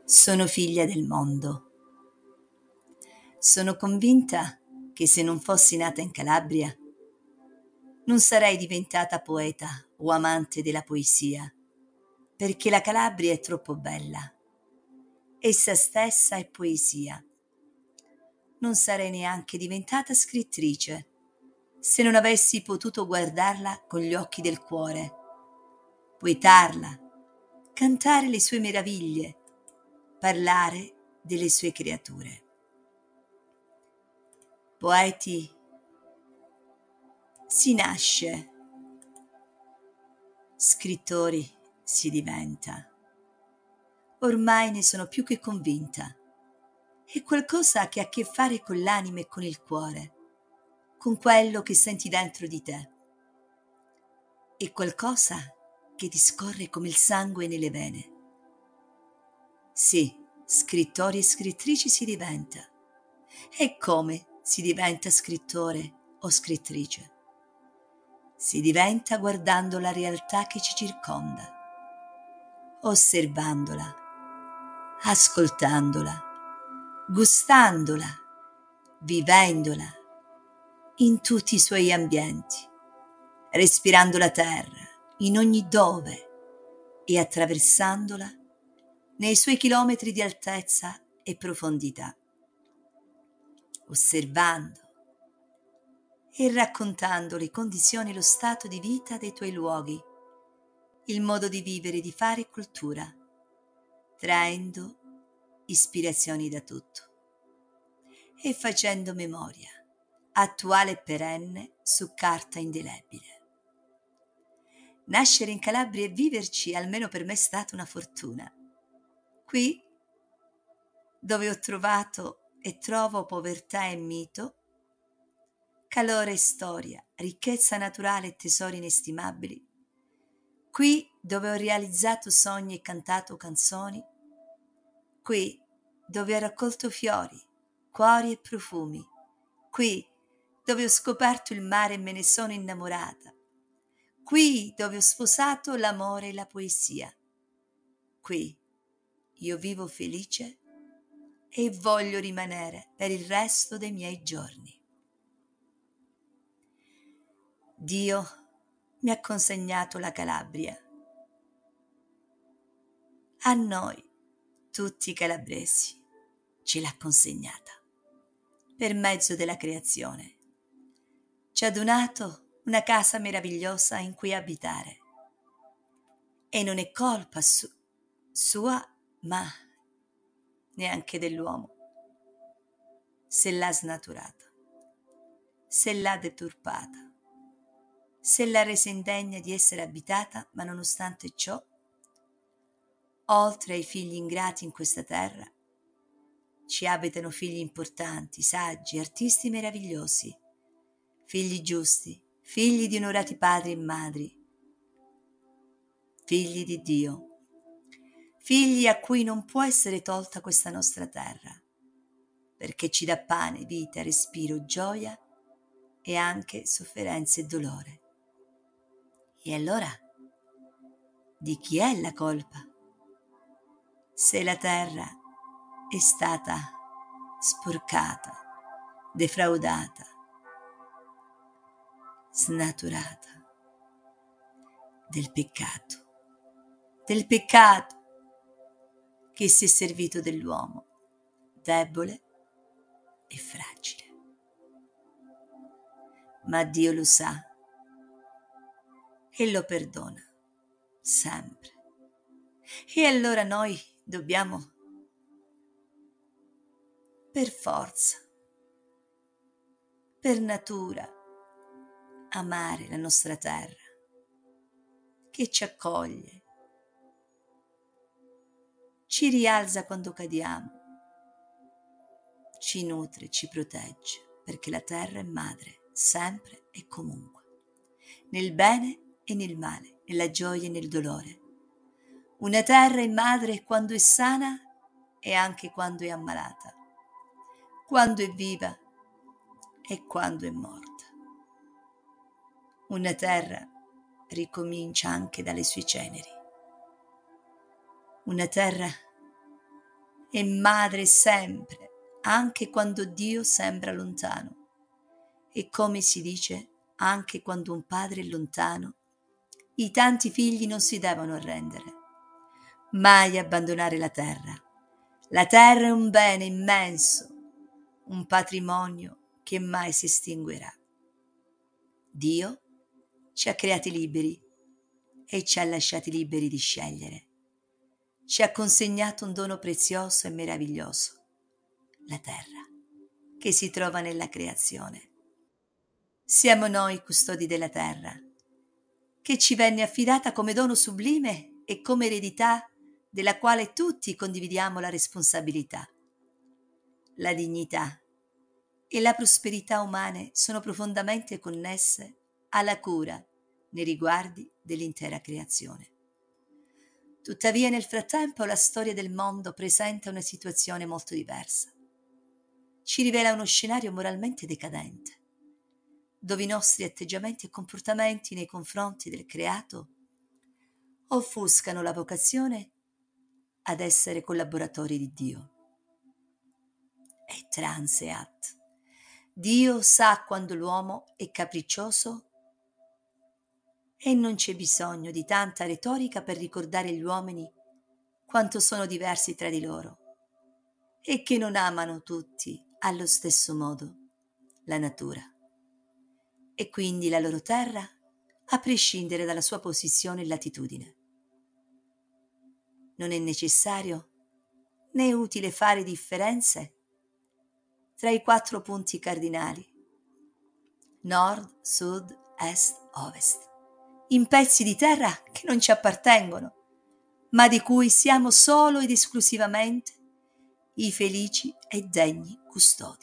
Sono figlia del mondo. Sono convinta che se non fossi nata in Calabria, non sarei diventata poeta o amante della poesia, perché la Calabria è troppo bella. Essa stessa è poesia. Non sarei neanche diventata scrittrice se non avessi potuto guardarla con gli occhi del cuore, poetarla, cantare le sue meraviglie, parlare delle sue creature. Poeti si nasce, scrittori si diventa. Ormai ne sono più che convinta. È qualcosa che ha a che fare con l'anima e con il cuore, con quello che senti dentro di te. È qualcosa che ti scorre come il sangue nelle vene. Sì, scrittori e scrittrici si diventa. E come si diventa scrittore o scrittrice? Si diventa guardando la realtà che ci circonda, osservandola, ascoltandola, gustandola, vivendola in tutti i suoi ambienti, respirando la terra in ogni dove e attraversandola nei suoi chilometri di altezza e profondità, osservando e raccontando le condizioni e lo stato di vita dei tuoi luoghi, il modo di vivere, di fare cultura, traendo ispirazioni da tutto e facendo memoria, attuale e perenne, su carta indelebile. Nascere in Calabria e viverci, almeno per me, è stata una fortuna. Qui, dove ho trovato e trovo povertà e mito, calore e storia, ricchezza naturale e tesori inestimabili, qui dove ho realizzato sogni e cantato canzoni, qui dove ho raccolto fiori, cuori e profumi, qui dove ho scoperto il mare e me ne sono innamorata, qui dove ho sposato l'amore e la poesia, qui io vivo felice e voglio rimanere per il resto dei miei giorni. Dio mi ha consegnato la Calabria. A noi, tutti i calabresi, ce l'ha consegnata per mezzo della creazione. Ci ha donato una casa meravigliosa in cui abitare. E non è colpa sua, ma neanche dell'uomo, se l'ha snaturata, se l'ha deturpata, se l'ha resa indegna di essere abitata, ma nonostante ciò, oltre ai figli ingrati in questa terra, ci abitano figli importanti, saggi, artisti meravigliosi, figli giusti, figli di onorati padri e madri, figli di Dio, figli a cui non può essere tolta questa nostra terra, perché ci dà pane, vita, respiro, gioia e anche sofferenza e dolore. E allora, di chi è la colpa? Se la terra è stata sporcata, defraudata, snaturata del peccato che si è servito dell'uomo, debole e fragile. Ma Dio lo sa e lo perdona sempre. E allora noi dobbiamo, per forza, per natura, amare la nostra terra, che ci accoglie, ci rialza quando cadiamo, ci nutre, ci protegge, perché la terra è madre, sempre e comunque, nel bene e nel male, nella gioia e nel dolore. Una terra è madre quando è sana e anche quando è ammalata, quando è viva e quando è morta. Una terra ricomincia anche dalle sue ceneri. Una terra è madre sempre, anche quando Dio sembra lontano. E come si dice, anche quando un padre è lontano, i tanti figli non si devono arrendere. Mai abbandonare la terra. La terra è un bene immenso, un patrimonio che mai si estinguerà. Dio ci ha creati liberi e ci ha lasciati liberi di scegliere. Ci ha consegnato un dono prezioso e meraviglioso, la terra, che si trova nella creazione. Siamo noi custodi della terra, che ci venne affidata come dono sublime e come eredità della quale tutti condividiamo la responsabilità. La dignità e la prosperità umane sono profondamente connesse alla cura nei riguardi dell'intera creazione. Tuttavia, nel frattempo, la storia del mondo presenta una situazione molto diversa. Ci rivela uno scenario moralmente decadente, dove i nostri atteggiamenti e comportamenti nei confronti del creato offuscano la vocazione ad essere collaboratori di Dio. È transeat. Dio sa quando l'uomo è capriccioso e non c'è bisogno di tanta retorica per ricordare agli uomini quanto sono diversi tra di loro e che non amano tutti allo stesso modo la natura e quindi la loro terra, a prescindere dalla sua posizione e latitudine. Non è necessario né utile fare differenze tra i 4 punti cardinali: nord, sud, est, ovest, in pezzi di terra che non ci appartengono, ma di cui siamo solo ed esclusivamente i felici e degni custodi.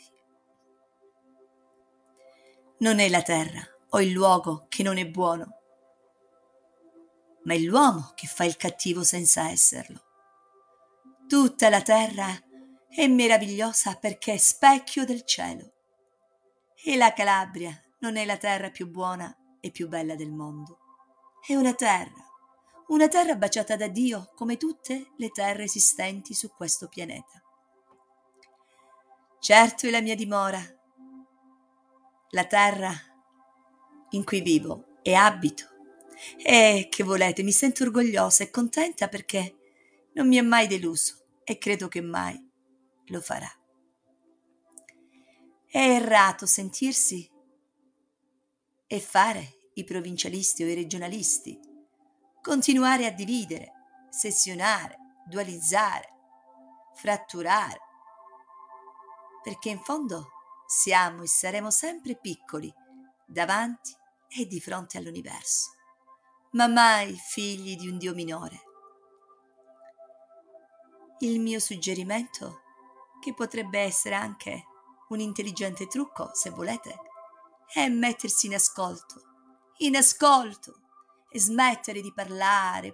Non è la terra o il luogo che non è buono, ma è l'uomo che fa il cattivo senza esserlo. Tutta la terra è meravigliosa perché è specchio del cielo. E la Calabria non è la terra più buona e più bella del mondo. È una terra baciata da Dio come tutte le terre esistenti su questo pianeta. Certo è la mia dimora, la terra in cui vivo e abito. E che volete, mi sento orgogliosa e contenta perché non mi ha mai deluso e credo che mai lo farà. È errato sentirsi e fare i provincialisti o i regionalisti, continuare a dividere, sessionare, dualizzare, fratturare, perché in fondo siamo e saremo sempre piccoli davanti e di fronte all'universo, ma mai figli di un Dio minore. Il mio suggerimento, che potrebbe essere anche un intelligente trucco, se volete, è mettersi in ascolto e smettere di parlare,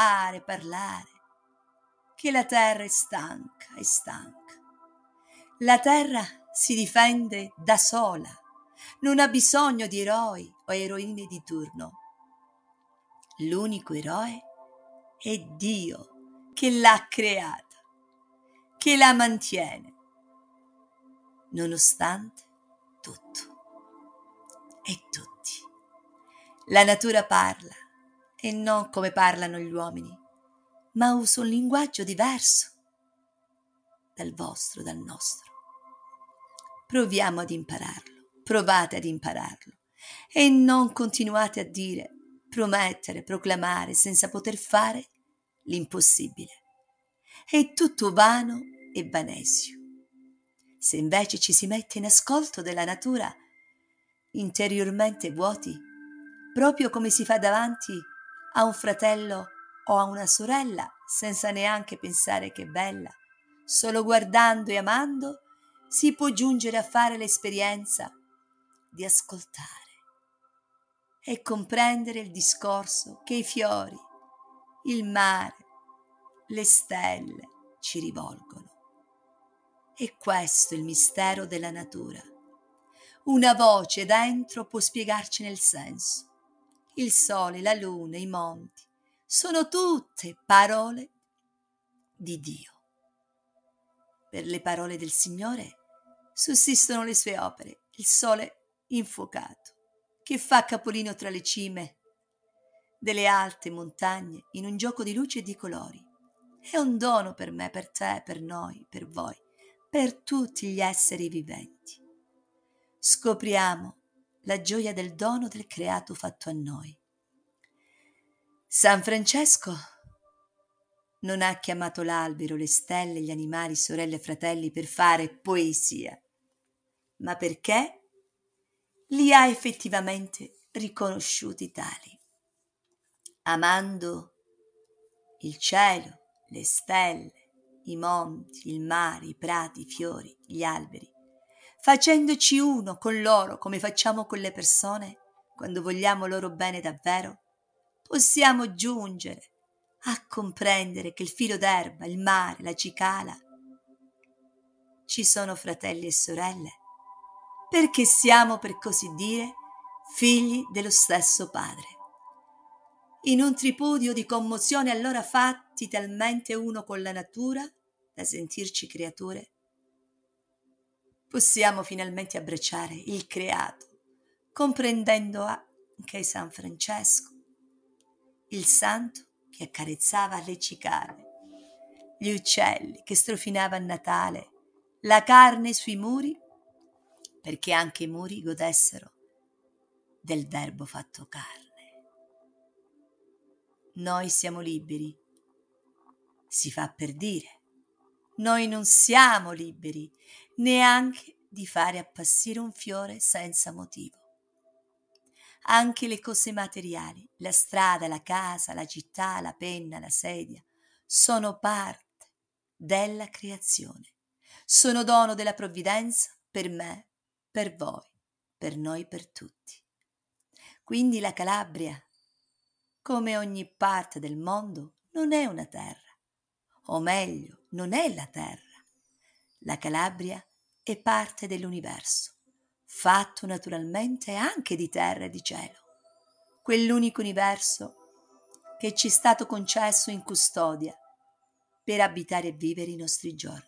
che la terra è stanca. La terra si difende da sola, non ha bisogno di eroi o eroine di turno. L'unico eroe è Dio che l'ha creata, che la mantiene, nonostante tutto e tutti. La natura parla, e non come parlano gli uomini, ma usa un linguaggio diverso dal vostro, dal nostro. Proviamo ad impararlo, provate ad impararlo e non continuate a dire, promettere, proclamare senza poter fare l'impossibile. È tutto vano e vanesio. Se invece ci si mette in ascolto della natura, interiormente vuoti, proprio come si fa davanti a un fratello o a una sorella, senza neanche pensare che è bella, solo guardando e amando, si può giungere a fare l'esperienza di ascoltare e comprendere il discorso che i fiori, il mare, le stelle ci rivolgono. E questo è il mistero della natura. Una voce dentro può spiegarcene il senso. Il sole, la luna, i monti sono tutte parole di Dio. Per le parole del Signore sussistono le sue opere, il sole infuocato, che fa capolino tra le cime delle alte montagne in un gioco di luci e di colori. È un dono per me, per te, per noi, per voi, per tutti gli esseri viventi. Scopriamo la gioia del dono del creato fatto a noi. San Francesco non ha chiamato l'albero, le stelle, gli animali, sorelle e fratelli per fare poesia, ma perché li ha effettivamente riconosciuti tali, amando il cielo, le stelle, i monti, il mare, i prati, i fiori, gli alberi, facendoci uno con loro come facciamo con le persone quando vogliamo loro bene davvero, possiamo giungere a comprendere che il filo d'erba, il mare, la cicala ci sono fratelli e sorelle, perché siamo, per così dire, figli dello stesso Padre. In un tripudio di commozione allora fatti talmente uno con la natura da sentirci creature, possiamo finalmente abbracciare il creato, comprendendo anche San Francesco, il santo che accarezzava le cicale, gli uccelli che strofinava a Natale, la carne sui muri, perché anche i muri godessero del Verbo fatto carne. Noi siamo liberi, si fa per dire. Noi non siamo liberi neanche di fare appassire un fiore senza motivo. Anche le cose materiali, la strada, la casa, la città, la penna, la sedia, sono parte della creazione. Sono dono della provvidenza per me, per voi, per noi, per tutti. Quindi la Calabria, come ogni parte del mondo, non è una terra, o meglio, non è la terra. La Calabria è parte dell'universo, fatto naturalmente anche di terra e di cielo, quell'unico universo che ci è stato concesso in custodia per abitare e vivere i nostri giorni.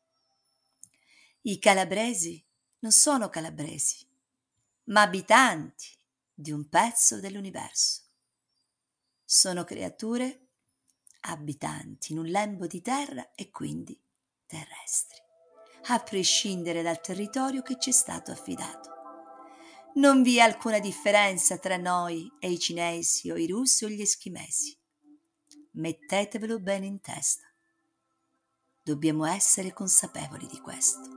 I calabresi non sono calabresi, ma abitanti di un pezzo dell'universo. Sono creature abitanti in un lembo di terra e quindi terrestri, a prescindere dal territorio che ci è stato affidato. Non vi è alcuna differenza tra noi e i cinesi o i russi o gli eschimesi. Mettetevelo bene in testa. Dobbiamo essere consapevoli di questo.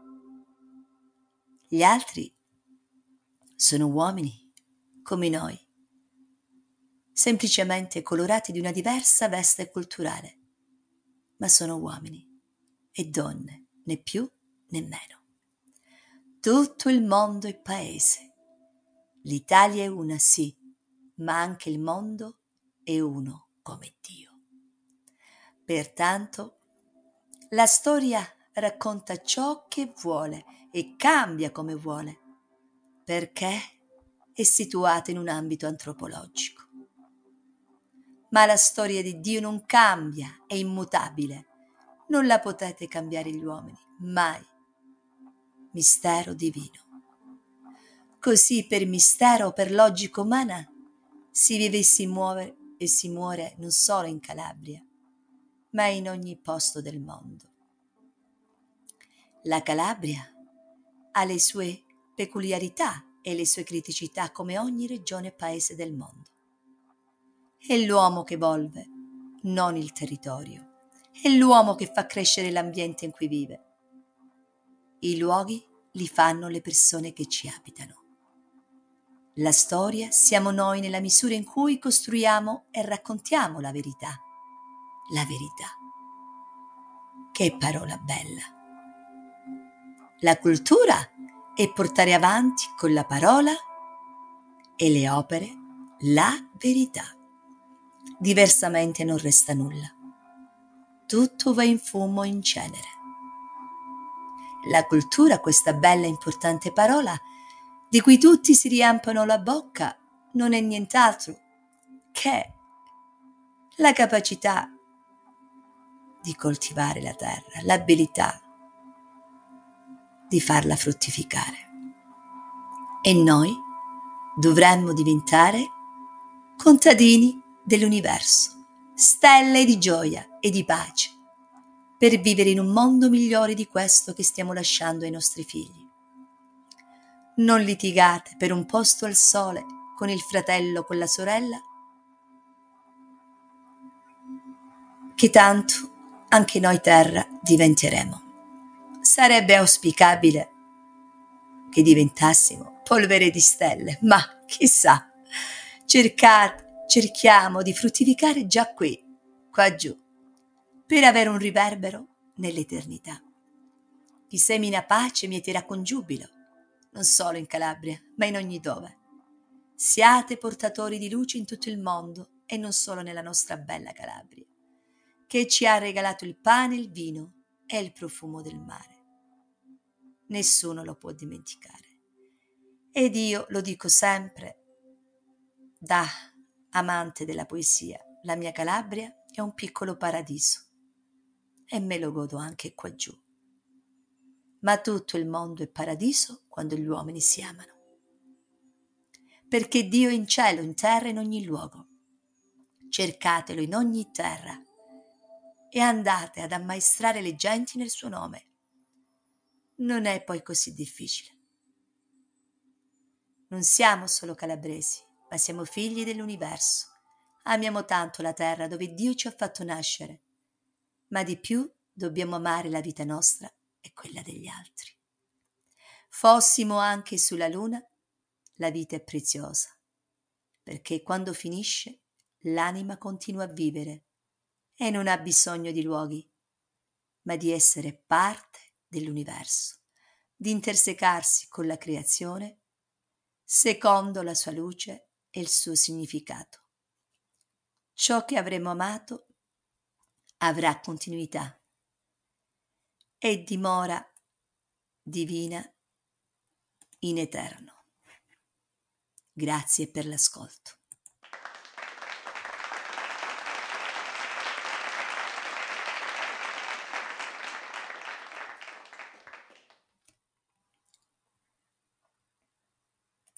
Gli altri sono uomini come noi, semplicemente colorati di una diversa veste culturale, ma sono uomini e donne, né più né meno. Tutto il mondo è paese. L'Italia è una, sì, ma anche il mondo è uno come Dio. Pertanto, la storia racconta ciò che vuole e cambia come vuole, perché è situata in un ambito antropologico. Ma la storia di Dio non cambia, è immutabile. Non la potete cambiare gli uomini, mai. Mistero divino. Così per mistero o per logica umana si vive e si muove e si muore non solo in Calabria, ma in ogni posto del mondo. La Calabria ha le sue peculiarità e le sue criticità come ogni regione e paese del mondo. È l'uomo che evolve, non il territorio. È l'uomo che fa crescere l'ambiente in cui vive. I luoghi li fanno le persone che ci abitano. La storia siamo noi nella misura in cui costruiamo e raccontiamo la verità. La verità. Che parola bella. La cultura è portare avanti con la parola e le opere la verità. Diversamente non resta nulla. Tutto va in fumo, in cenere. La cultura, questa bella e importante parola, di cui tutti si riempiono la bocca, non è nient'altro che la capacità di coltivare la terra, l'abilità di farla fruttificare. E noi dovremmo diventare contadini dell'universo, stelle di gioia e di pace, per vivere in un mondo migliore di questo che stiamo lasciando ai nostri figli. Non litigate per un posto al sole con il fratello o con la sorella, che tanto anche noi terra diventeremo. Sarebbe auspicabile che diventassimo polvere di stelle, ma chissà, cerchiamo di fruttificare già qui, qua giù, per avere un riverbero nell'eternità. Chi semina pace mieterà con giubilo, non solo in Calabria, ma in ogni dove. Siate portatori di luce in tutto il mondo e non solo nella nostra bella Calabria, che ci ha regalato il pane, il vino e il profumo del mare. Nessuno lo può dimenticare. Ed io lo dico sempre, da amante della poesia, la mia Calabria è un piccolo paradiso e me lo godo anche qua giù. Ma tutto il mondo è paradiso quando gli uomini si amano. Perché Dio è in cielo, in terra, in ogni luogo. Cercatelo in ogni terra e andate ad ammaestrare le genti nel suo nome. Non è poi così difficile. Non siamo solo calabresi, ma siamo figli dell'universo. Amiamo tanto la terra dove Dio ci ha fatto nascere, ma di più dobbiamo amare la vita nostra e quella degli altri. Fossimo anche sulla luna, la vita è preziosa, perché quando finisce l'anima continua a vivere e non ha bisogno di luoghi, ma di essere parte dell'universo, di intersecarsi con la creazione secondo la sua luce e il suo significato. Ciò che avremo amato avrà continuità e dimora divina in eterno. Grazie per l'ascolto.